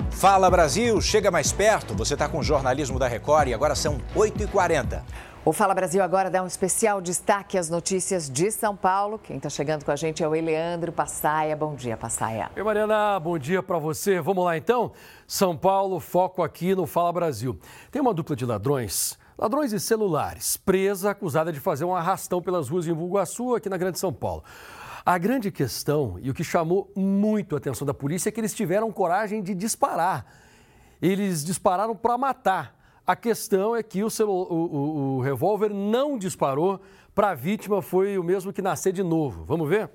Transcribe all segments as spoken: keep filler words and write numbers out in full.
Fala Brasil, chega mais perto. Você está com o jornalismo da Record e agora são oito e quarenta. O Fala Brasil agora dá um especial destaque às notícias de São Paulo. Quem está chegando com a gente é o Eleandro Passaia. Bom dia, Passaia. Oi, Mariana, bom dia para você. Vamos lá, então? São Paulo, foco aqui no Fala Brasil. Tem uma dupla de ladrões, ladrões de celulares, presa, acusada de fazer um arrastão pelas ruas de Embu-Guaçu, aqui na Grande São Paulo. A grande questão e o que chamou muito a atenção da polícia é que eles tiveram coragem de disparar. Eles dispararam para matar. A questão é que o, celu... o, o, o revólver não disparou para a vítima, foi o mesmo que nascer de novo. Vamos ver?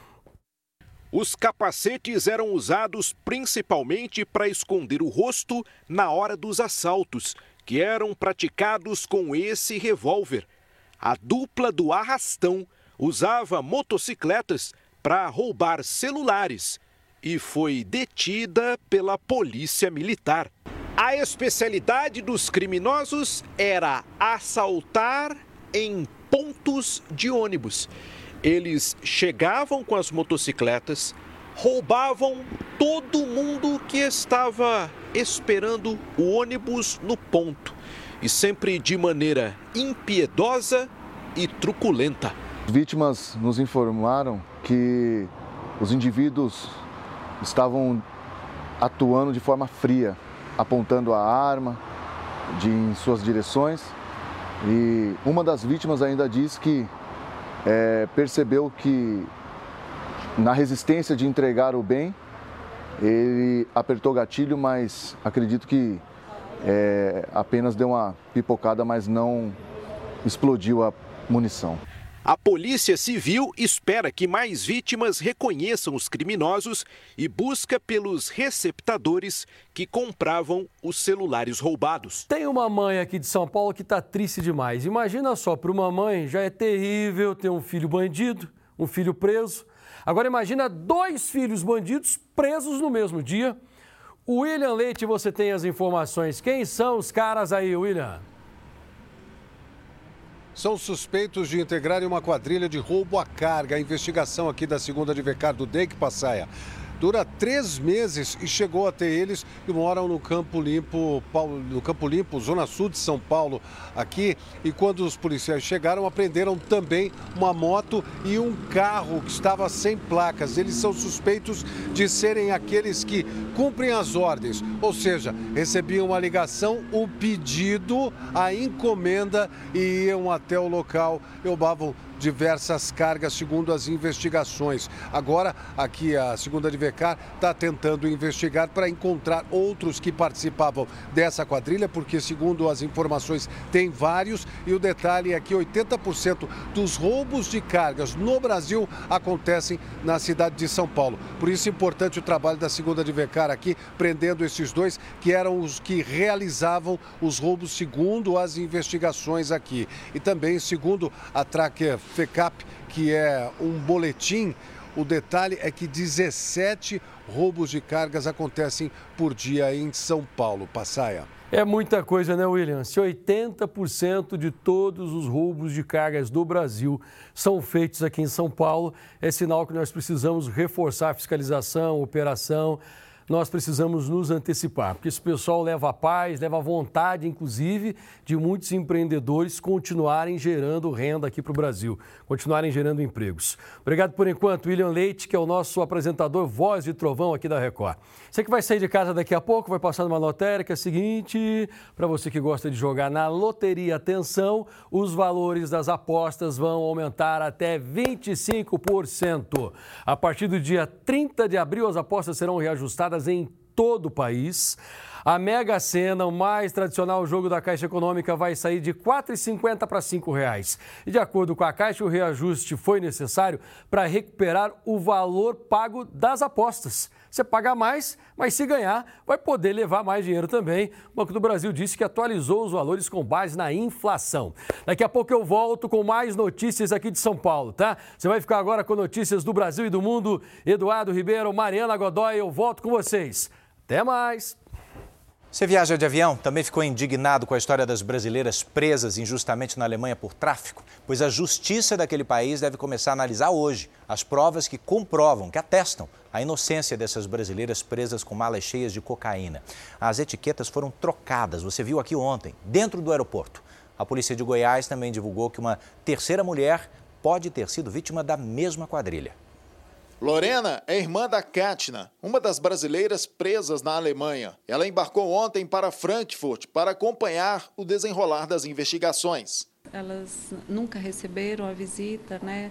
Os capacetes eram usados principalmente para esconder o rosto na hora dos assaltos, que eram praticados com esse revólver. A dupla do arrastão usava motocicletas para roubar celulares e foi detida pela polícia militar. A especialidade dos criminosos era assaltar em pontos de ônibus. Eles chegavam com as motocicletas, roubavam todo mundo que estava esperando o ônibus no ponto. E sempre de maneira impiedosa e truculenta. As vítimas nos informaram que os indivíduos estavam atuando de forma fria, apontando a arma de, em suas direções. E uma das vítimas ainda diz que é, percebeu que na resistência de entregar o bem, ele apertou o gatilho, mas acredito que é, apenas deu uma pipocada, mas não explodiu a munição. A Polícia Civil espera que mais vítimas reconheçam os criminosos e busca pelos receptadores que compravam os celulares roubados. Tem uma mãe aqui de São Paulo que está triste demais. Imagina só, para uma mãe já é terrível ter um filho bandido, um filho preso. Agora imagina dois filhos bandidos presos no mesmo dia. O William Leite, você tem as informações. Quem são os caras aí, William? São suspeitos de integrarem uma quadrilha de roubo à carga. A investigação aqui da segunda de Vecar do D E C Passaia dura três meses e chegou até eles que moram no Campo Limpo, no Campo Limpo, Zona Sul de São Paulo, aqui. E quando os policiais chegaram, apreenderam também uma moto e um carro que estava sem placas. Eles são suspeitos de serem aqueles que cumprem as ordens, ou seja, recebiam uma ligação, o pedido, a encomenda e iam até o local e roubavam diversas cargas, segundo as investigações. Agora, aqui a segunda de Vecar está tentando investigar para encontrar outros que participavam dessa quadrilha, porque, segundo as informações, tem vários. E o detalhe é que oitenta por cento dos roubos de cargas no Brasil acontecem na cidade de São Paulo. Por isso é importante o trabalho da segunda de Vecar aqui, prendendo esses dois que eram os que realizavam os roubos, segundo as investigações aqui. E também, segundo a Tracker FECAP, que é um boletim, o detalhe é que dezessete roubos de cargas acontecem por dia em São Paulo. Passaia. É muita coisa, né, William? Se oitenta por cento de todos os roubos de cargas do Brasil são feitos aqui em São Paulo, é sinal que nós precisamos reforçar a fiscalização, operação. Nós precisamos nos antecipar, porque esse pessoal leva a paz, leva a vontade, inclusive, de muitos empreendedores continuarem gerando renda aqui para o Brasil, continuarem gerando empregos. Obrigado por enquanto, William Leite, que é o nosso apresentador Voz de Trovão aqui da Record. Você que vai sair de casa daqui a pouco, vai passar numa lotérica, é o seguinte, para você que gosta de jogar na loteria, atenção, os valores das apostas vão aumentar até vinte e cinco por cento. A partir do dia trinta de abril, as apostas serão reajustadas em todo o país. A Mega Sena, o mais tradicional jogo da Caixa Econômica, vai sair de quatro reais e cinquenta centavos para cinco reais. E de acordo com a Caixa, o reajuste foi necessário para recuperar o valor pago das apostas. Você paga mais, mas se ganhar, vai poder levar mais dinheiro também. O Banco do Brasil disse que atualizou os valores com base na inflação. Daqui a pouco eu volto com mais notícias aqui de São Paulo, tá? Você vai ficar agora com notícias do Brasil e do mundo. Eduardo Ribeiro, Mariana Godoy, eu volto com vocês. Até mais! Você viaja de avião? Também ficou indignado com a história das brasileiras presas injustamente na Alemanha por tráfico? Pois a justiça daquele país deve começar a analisar hoje as provas que comprovam, que atestam a inocência dessas brasileiras presas com malas cheias de cocaína. As etiquetas foram trocadas, você viu aqui ontem, dentro do aeroporto. A polícia de Goiás também divulgou que uma terceira mulher pode ter sido vítima da mesma quadrilha. Lorena é irmã da Katina, uma das brasileiras presas na Alemanha. Ela embarcou ontem para Frankfurt para acompanhar o desenrolar das investigações. Elas nunca receberam a visita, né,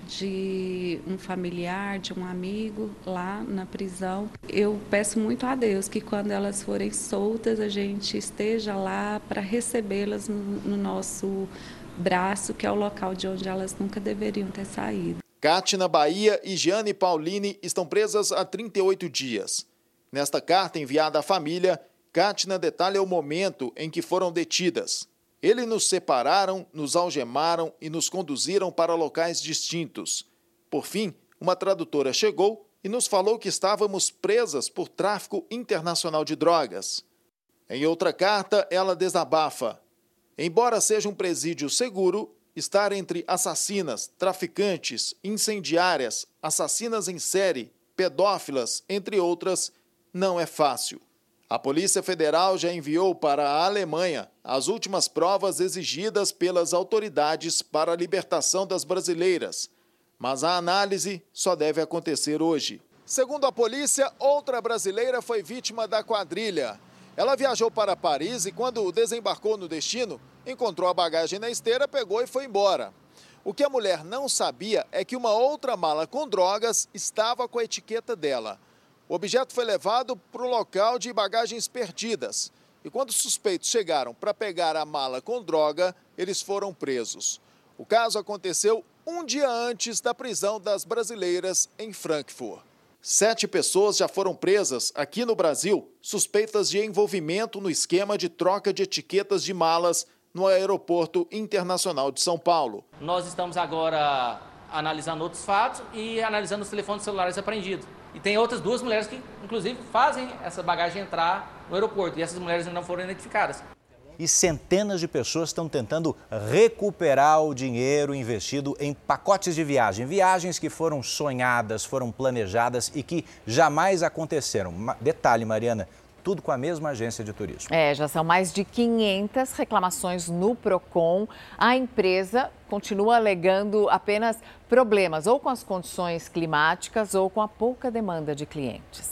de um familiar, de um amigo lá na prisão. Eu peço muito a Deus que quando elas forem soltas, a gente esteja lá para recebê-las no, no nosso braço, que é o local de onde elas nunca deveriam ter saído. Katina Bahia e Giane Pauline estão presas há trinta e oito dias. Nesta carta enviada à família, Katina detalha o momento em que foram detidas. Eles nos separaram, nos algemaram e nos conduziram para locais distintos. Por fim, uma tradutora chegou e nos falou que estávamos presas por tráfico internacional de drogas. Em outra carta, ela desabafa. Embora seja um presídio seguro, estar entre assassinas, traficantes, incendiárias, assassinas em série, pedófilas, entre outras, não é fácil. A Polícia Federal já enviou para a Alemanha as últimas provas exigidas pelas autoridades para a libertação das brasileiras, mas a análise só deve acontecer hoje. Segundo a polícia, outra brasileira foi vítima da quadrilha. Ela viajou para Paris e, quando desembarcou no destino, encontrou a bagagem na esteira, pegou e foi embora. O que a mulher não sabia é que uma outra mala com drogas estava com a etiqueta dela. O objeto foi levado para o local de bagagens perdidas. E quando os suspeitos chegaram para pegar a mala com droga, eles foram presos. O caso aconteceu um dia antes da prisão das brasileiras em Frankfurt. Sete pessoas já foram presas aqui no Brasil, suspeitas de envolvimento no esquema de troca de etiquetas de malas no Aeroporto Internacional de São Paulo. Nós estamos agora analisando outros fatos e analisando os telefones celulares apreendidos. E tem outras duas mulheres que, inclusive, fazem essa bagagem entrar no aeroporto. E essas mulheres ainda não foram identificadas. E centenas de pessoas estão tentando recuperar o dinheiro investido em pacotes de viagem. Viagens que foram sonhadas, foram planejadas e que jamais aconteceram. Detalhe, Mariana, tudo com a mesma agência de turismo. É, já são mais de quinhentas reclamações no Procon. A empresa continua alegando apenas problemas ou com as condições climáticas ou com a pouca demanda de clientes.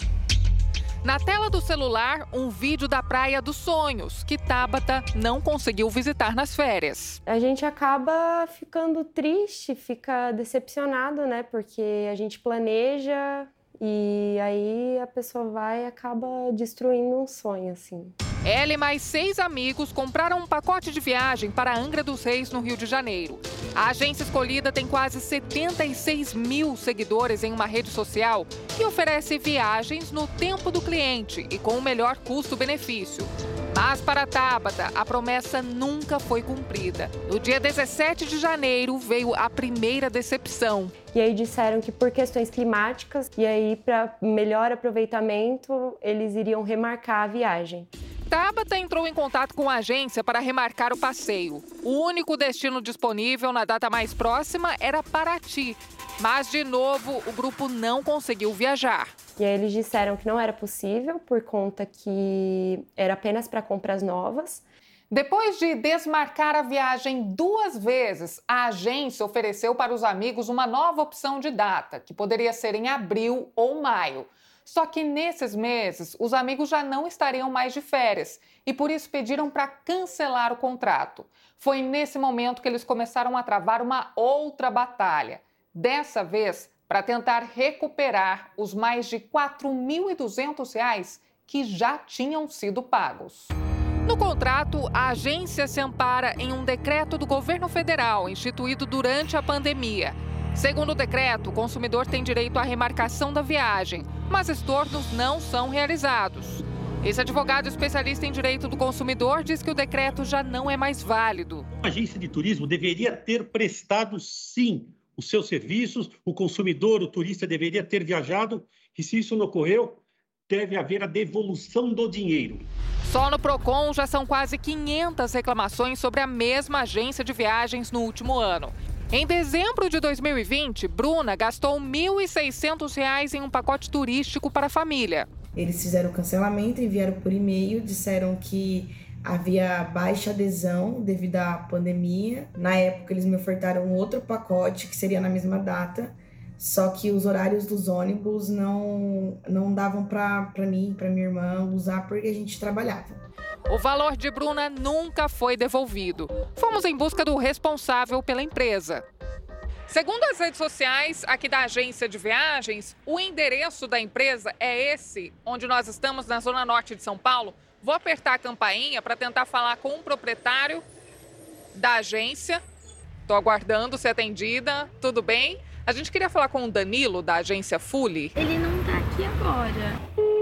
Na tela do celular, um vídeo da Praia dos Sonhos, que Tabata não conseguiu visitar nas férias. A gente acaba ficando triste, fica decepcionado, né? Porque a gente planeja e aí a pessoa vai e acaba destruindo um sonho, assim. Ela e mais seis amigos compraram um pacote de viagem para Angra dos Reis, no Rio de Janeiro. A agência escolhida tem quase setenta e seis mil seguidores em uma rede social que oferece viagens no tempo do cliente e com o melhor custo-benefício. Mas para a Tabata, a promessa nunca foi cumprida. No dia dezessete de janeiro, veio a primeira decepção. E aí disseram que por questões climáticas, e aí para melhor aproveitamento, eles iriam remarcar a viagem. Tabata entrou em contato com a agência para remarcar o passeio. O único destino disponível na data mais próxima era Paraty. Mas, de novo, o grupo não conseguiu viajar. E aí eles disseram que não era possível, por conta que era apenas para compras novas. Depois de desmarcar a viagem duas vezes, a agência ofereceu para os amigos uma nova opção de data, que poderia ser em abril ou maio. Só que nesses meses, os amigos já não estariam mais de férias e por isso pediram para cancelar o contrato. Foi nesse momento que eles começaram a travar uma outra batalha. Dessa vez, para tentar recuperar os mais de quatro mil e duzentos reais que já tinham sido pagos. No contrato, a agência se ampara em um decreto do governo federal instituído durante a pandemia. Segundo o decreto, o consumidor tem direito à remarcação da viagem, mas estornos não são realizados. Esse advogado especialista em direito do consumidor diz que o decreto já não é mais válido. A agência de turismo deveria ter prestado, sim, os seus serviços, o consumidor, o turista deveria ter viajado, e se isso não ocorreu, deve haver a devolução do dinheiro. Só no Procon já são quase quinhentas reclamações sobre a mesma agência de viagens no último ano. Em dezembro de dois mil e vinte, Bruna gastou mil e seiscentos reais em um pacote turístico para a família. Eles fizeram o cancelamento, enviaram por e-mail, disseram que havia baixa adesão devido à pandemia. Na época, eles me ofertaram outro pacote, que seria na mesma data, só que os horários dos ônibus não, não davam para mim, para minha irmã usar, porque a gente trabalhava. O valor de Bruna nunca foi devolvido. Fomos em busca do responsável pela empresa. Segundo as redes sociais aqui da agência de viagens, o endereço da empresa é esse, onde nós estamos na zona norte de São Paulo. Vou apertar a campainha para tentar falar com o proprietário da agência. Estou aguardando ser atendida. Tudo bem? A gente queria falar com o Danilo, da agência Fully. Ele não está aqui agora.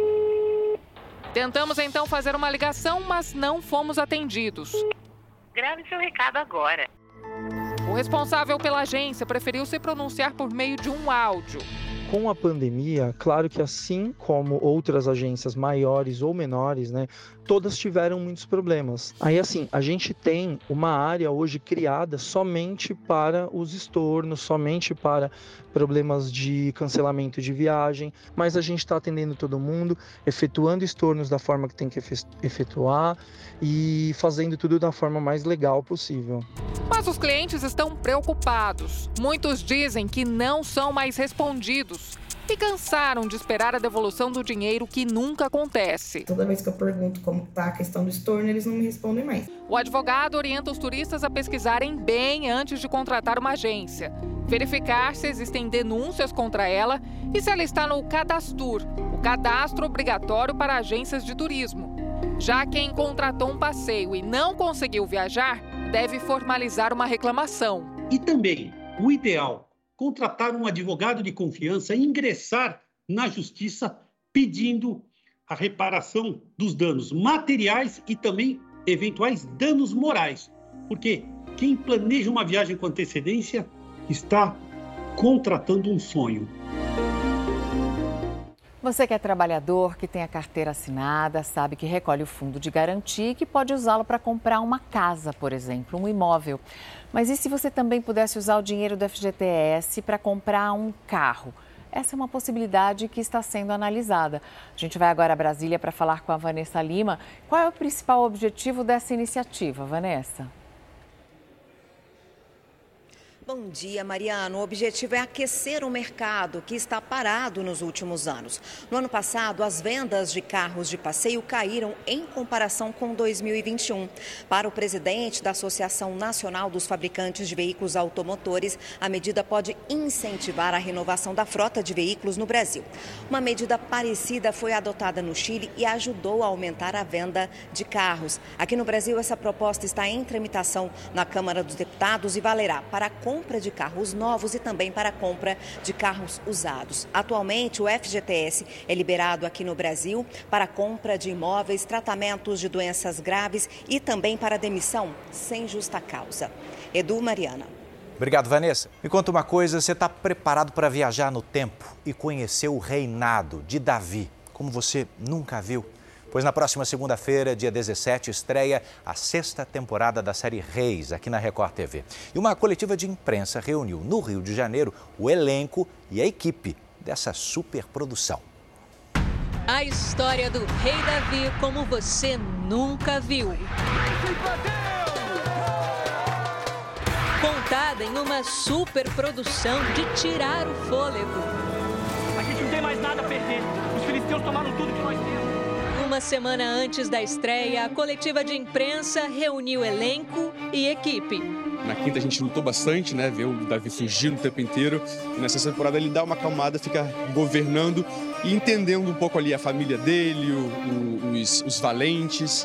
Tentamos então fazer uma ligação, mas não fomos atendidos. Grave seu recado agora. O responsável pela agência preferiu se pronunciar por meio de um áudio. Com a pandemia, claro que assim como outras agências maiores ou menores, né, todas tiveram muitos problemas. Aí assim, a gente tem uma área hoje criada somente para os estornos, somente para problemas de cancelamento de viagem, mas a gente está atendendo todo mundo, efetuando estornos da forma que tem que efetuar e fazendo tudo da forma mais legal possível. Mas os clientes estão preocupados. Muitos dizem que não são mais respondidos e cansaram de esperar a devolução do dinheiro, que nunca acontece. Toda vez que eu pergunto como está a questão do estorno, eles não me respondem mais. O advogado orienta os turistas a pesquisarem bem antes de contratar uma agência, verificar se existem denúncias contra ela e se ela está no Cadastur, o cadastro obrigatório para agências de turismo. Já quem contratou um passeio e não conseguiu viajar, deve formalizar uma reclamação. E também, o ideal, contratar um advogado de confiança e ingressar na justiça pedindo a reparação dos danos materiais e também eventuais danos morais. Porque quem planeja uma viagem com antecedência está contratando um sonho. Você que é trabalhador, que tem a carteira assinada, sabe que recolhe o fundo de garantia e que pode usá-lo para comprar uma casa, por exemplo, um imóvel. Mas e se você também pudesse usar o dinheiro do F G T S para comprar um carro? Essa é uma possibilidade que está sendo analisada. A gente vai agora a Brasília para falar com a Vanessa Lima. Qual é o principal objetivo dessa iniciativa, Vanessa? Bom dia, Mariano. O objetivo é aquecer o mercado, que está parado nos últimos anos. No ano passado, as vendas de carros de passeio caíram em comparação com dois mil e vinte e um. Para o presidente da Associação Nacional dos Fabricantes de Veículos Automotores, a medida pode incentivar a renovação da frota de veículos no Brasil. Uma medida parecida foi adotada no Chile e ajudou a aumentar a venda de carros. Aqui no Brasil, essa proposta está em tramitação na Câmara dos Deputados e valerá para a compra de carros novos e também para a compra de carros usados. Atualmente, o F G T S é liberado aqui no Brasil para a compra de imóveis, tratamentos de doenças graves e também para demissão sem justa causa. Edu, Mariana. Obrigado, Vanessa. Me conta uma coisa, você está preparado para viajar no tempo e conhecer o reinado de Davi, como você nunca viu? Pois na próxima segunda-feira, dia dezessete, estreia a sexta temporada da série Reis, aqui na Record T V. E uma coletiva de imprensa reuniu no Rio de Janeiro o elenco e a equipe dessa superprodução. A história do Rei Davi como você nunca viu. Contada em uma superprodução de tirar o fôlego. A gente não tem mais nada a perder. Os filisteus tomaram tudo que nós temos. Uma semana antes da estreia, a coletiva de imprensa reuniu elenco e equipe. Na quinta a gente lutou bastante, né? Ver o Davi fugindo o tempo inteiro. E nessa temporada ele dá uma acalmada, fica governando e entendendo um pouco ali a família dele, o, o, os, os valentes.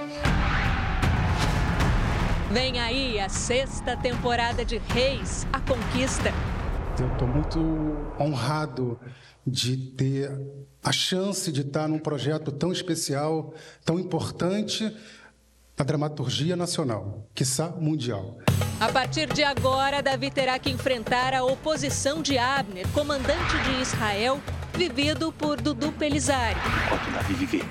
Vem aí a sexta temporada de Reis, a Conquista. Eu estou muito honrado de ter a chance de estar num projeto tão especial, tão importante na dramaturgia nacional, quiçá mundial. A partir de agora, Davi terá que enfrentar a oposição de Abner, comandante de Israel, vivido por Dudu Pelizari. Enquanto Davi viver,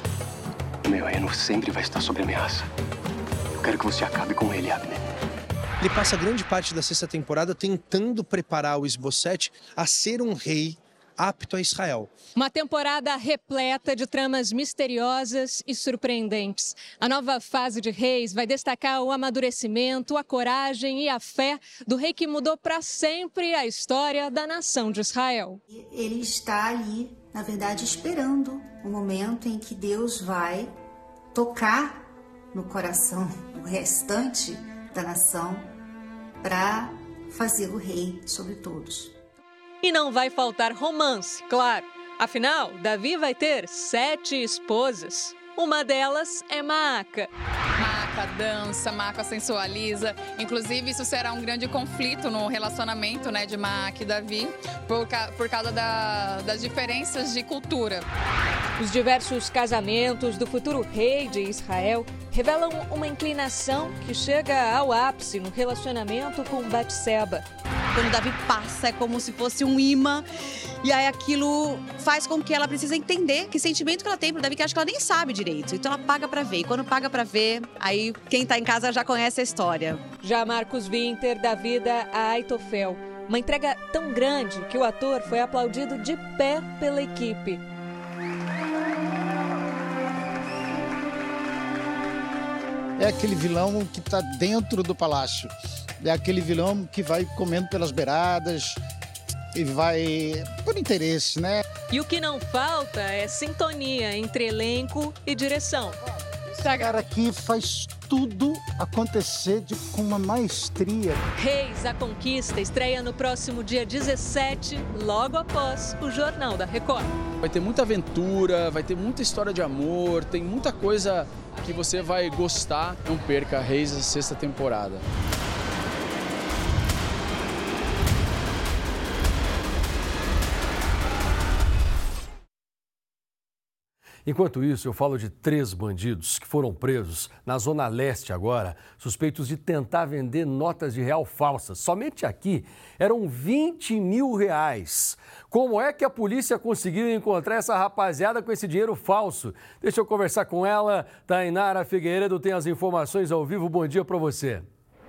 o meu reino sempre vai estar sob ameaça. Eu quero que você acabe com ele, Abner. Ele passa grande parte da sexta temporada tentando preparar o Isbosete a ser um rei apto a Israel. Uma temporada repleta de tramas misteriosas e surpreendentes. A nova fase de Reis vai destacar o amadurecimento, a coragem e a fé do rei que mudou para sempre a história da nação de Israel. Ele está ali, na verdade, esperando o momento em que Deus vai tocar no coração o restante da nação para fazer o rei sobre todos. E não vai faltar romance, claro. Afinal, Davi vai ter sete esposas. Uma delas é Maaca. Maaca dança, Maaca sensualiza. Inclusive, isso será um grande conflito no relacionamento, né, de Maaca e Davi, por, ca por causa da, das diferenças de cultura. Os diversos casamentos do futuro rei de Israel revelam uma inclinação que chega ao ápice no relacionamento com Batseba. Quando Davi passa, é como se fosse um imã. E aí aquilo faz com que ela precise entender que sentimento que ela tem pro Davi, que acho que ela nem sabe direito. Então ela paga pra ver. E quando paga pra ver, aí quem tá em casa já conhece a história. Já Marcos Winter dá vida a Aitofel. Uma entrega tão grande que o ator foi aplaudido de pé pela equipe. É aquele vilão que está dentro do palácio. É aquele vilão que vai comendo pelas beiradas e vai por interesse, né? E o que não falta é sintonia entre elenco e direção. Esse cara aqui faz tudo acontecer de, com uma maestria. Reis, a Conquista estreia no próximo dia dezessete, logo após o Jornal da Record. Vai ter muita aventura, vai ter muita história de amor, tem muita coisa que você vai gostar. Não perca Reis, a sexta temporada. Enquanto isso, eu falo de três bandidos que foram presos na Zona Leste agora, suspeitos de tentar vender notas de real falsas. Somente aqui eram vinte mil reais. Como é que a polícia conseguiu encontrar essa rapaziada com esse dinheiro falso? Deixa eu conversar com ela. Tainara Figueiredo tem as informações ao vivo. Bom dia para você.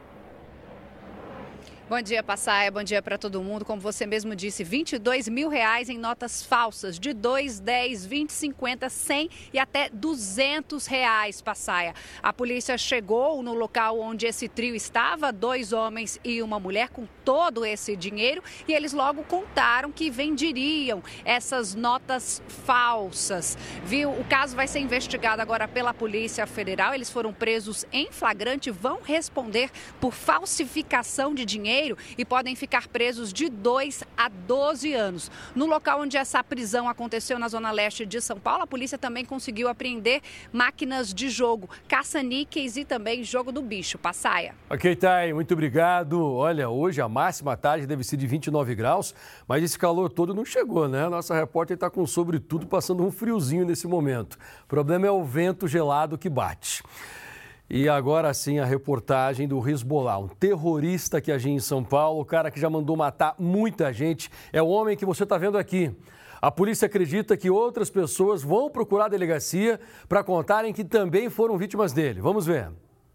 Bom dia, Passaia. Bom dia para todo mundo. Como você mesmo disse, vinte e dois mil reais em notas falsas de dois, dez, vinte, cinquenta, cem e até duzentos reais, Passaia. A polícia chegou no local onde esse trio estava, dois homens e uma mulher com todo esse dinheiro, e eles logo contaram que venderiam essas notas falsas. Viu? O caso vai ser investigado agora pela Polícia Federal. Eles foram presos em flagrante, vão responder por falsificação de dinheiro e podem ficar presos de dois a doze anos. No local onde essa prisão aconteceu, na Zona Leste de São Paulo, a polícia também conseguiu apreender máquinas de jogo, caça-níqueis e também jogo do bicho. Passaia. Ok, Thay, muito obrigado. Olha, hoje a máxima à tarde deve ser de vinte e nove graus, mas esse calor todo não chegou, né? A nossa repórter está com sobretudo passando um friozinho nesse momento. O problema é o vento gelado que bate. E agora sim a reportagem do Hezbollah, um terrorista que agia em São Paulo, o cara que já mandou matar muita gente, é o homem que você está vendo aqui. A polícia acredita que outras pessoas vão procurar a delegacia para contarem que também foram vítimas dele. Vamos ver.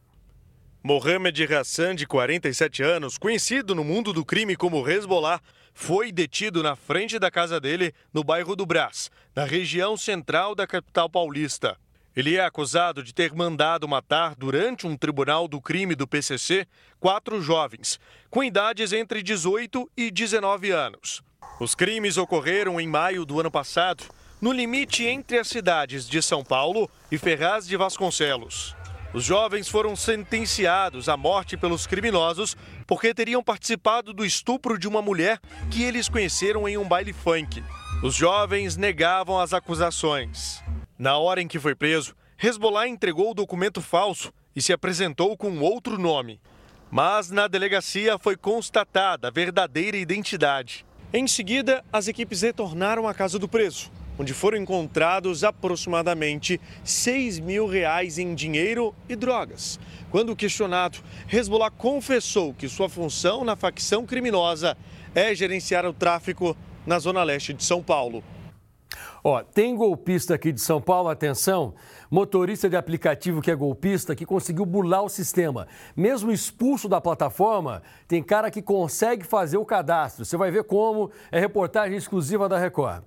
Mohamed Hassan, de quarenta e sete anos, conhecido no mundo do crime como Hezbollah, foi detido na frente da casa dele no bairro do Brás, na região central da capital paulista. Ele é acusado de ter mandado matar, durante um tribunal do crime do P C C, quatro jovens, com idades entre dezoito e dezenove anos. Os crimes ocorreram em maio do ano passado, no limite entre as cidades de São Paulo e Ferraz de Vasconcelos. Os jovens foram sentenciados à morte pelos criminosos porque teriam participado do estupro de uma mulher que eles conheceram em um baile funk. Os jovens negavam as acusações. Na hora em que foi preso, Hezbollah entregou o documento falso e se apresentou com outro nome. Mas na delegacia foi constatada a verdadeira identidade. Em seguida, as equipes retornaram à casa do preso, onde foram encontrados aproximadamente seis mil reais em dinheiro e drogas. Quando questionado, Hezbollah confessou que sua função na facção criminosa é gerenciar o tráfico na Zona Leste de São Paulo. Ó, tem golpista aqui de São Paulo, atenção, motorista de aplicativo que é golpista, que conseguiu burlar o sistema. Mesmo expulso da plataforma, tem cara que consegue fazer o cadastro. Você vai ver como, é reportagem exclusiva da Record.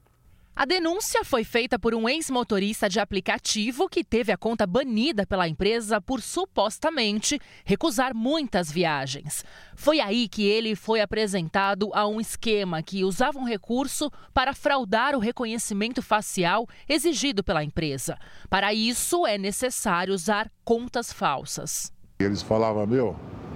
A denúncia foi feita por um ex-motorista de aplicativo que teve a conta banida pela empresa por supostamente recusar muitas viagens. Foi aí que ele foi apresentado a um esquema que usava um recurso para fraudar o reconhecimento facial exigido pela empresa. Para isso, é necessário usar contas falsas. Eles falavam, meu,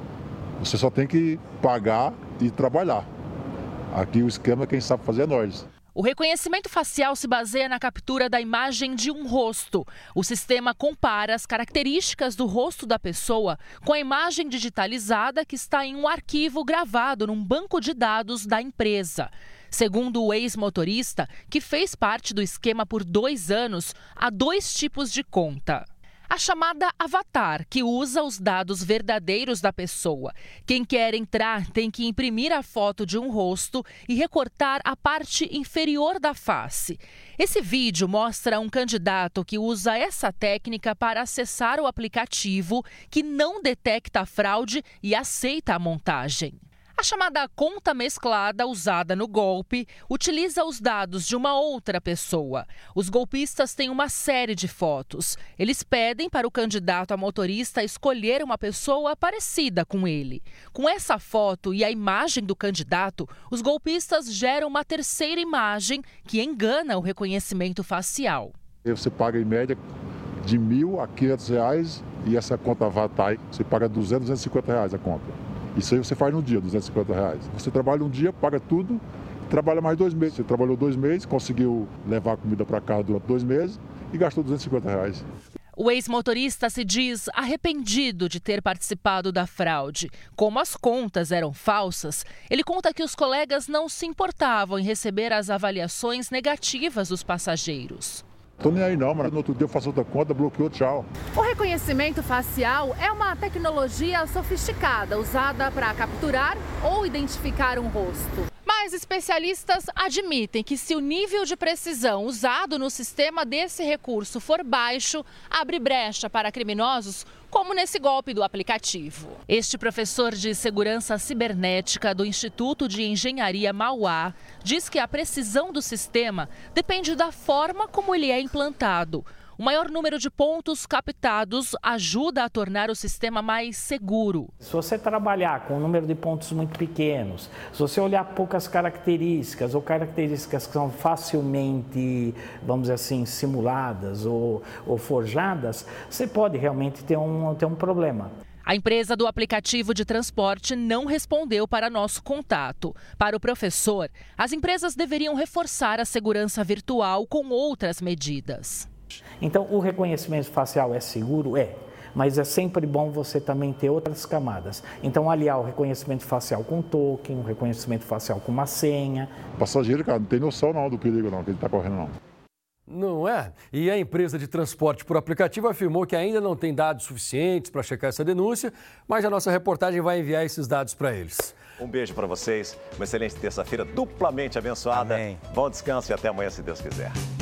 você só tem que pagar e trabalhar. Aqui o esquema quem sabe fazer é nós. O reconhecimento facial se baseia na captura da imagem de um rosto. O sistema compara as características do rosto da pessoa com a imagem digitalizada que está em um arquivo gravado num banco de dados da empresa. Segundo o ex-motorista, que fez parte do esquema por dois anos, há dois tipos de conta. A chamada avatar, que usa os dados verdadeiros da pessoa. Quem quer entrar tem que imprimir a foto de um rosto e recortar a parte inferior da face. Esse vídeo mostra um candidato que usa essa técnica para acessar o aplicativo, que não detecta a fraude e aceita a montagem. A chamada conta mesclada, usada no golpe, utiliza os dados de uma outra pessoa. Os golpistas têm uma série de fotos. Eles pedem para o candidato a motorista escolher uma pessoa parecida com ele. Com essa foto e a imagem do candidato, os golpistas geram uma terceira imagem que engana o reconhecimento facial. Você paga em média de mil a quinhentos reais e essa conta Avatar, você paga duzentos, duzentos e cinquenta reais a conta. Isso aí você faz no dia, duzentos e cinquenta reais. Você trabalha um dia, paga tudo, trabalha mais dois meses. Você trabalhou dois meses, conseguiu levar a comida para casa durante dois meses e gastou duzentos e cinquenta reais. O ex-motorista se diz arrependido de ter participado da fraude. Como as contas eram falsas, ele conta que os colegas não se importavam em receber as avaliações negativas dos passageiros. Tô nem aí não, mas no outro dia eu faço outra conta, bloqueou, tchau. O reconhecimento facial é uma tecnologia sofisticada usada para capturar ou identificar um rosto. Mas especialistas admitem que se o nível de precisão usado no sistema desse recurso for baixo, abre brecha para criminosos, como nesse golpe do aplicativo. Este professor de segurança cibernética do Instituto de Engenharia Mauá diz que a precisão do sistema depende da forma como ele é implantado. O maior número de pontos captados ajuda a tornar o sistema mais seguro. Se você trabalhar com um número de pontos muito pequenos, se você olhar poucas características ou características que são facilmente, vamos dizer assim, simuladas ou, ou forjadas, você pode realmente ter um, ter um problema. A empresa do aplicativo de transporte não respondeu para nosso contato. Para o professor, as empresas deveriam reforçar a segurança virtual com outras medidas. Então, o reconhecimento facial é seguro? É, mas é sempre bom você também ter outras camadas. Então, aliar o reconhecimento facial com token, o reconhecimento facial com uma senha. O passageiro, cara, não tem noção não do perigo não, que ele está correndo não. Não é? E a empresa de transporte por aplicativo afirmou que ainda não tem dados suficientes para checar essa denúncia, mas a nossa reportagem vai enviar esses dados para eles. Um beijo para vocês, uma excelente terça-feira duplamente abençoada. Amém. Bom descanso e até amanhã, se Deus quiser.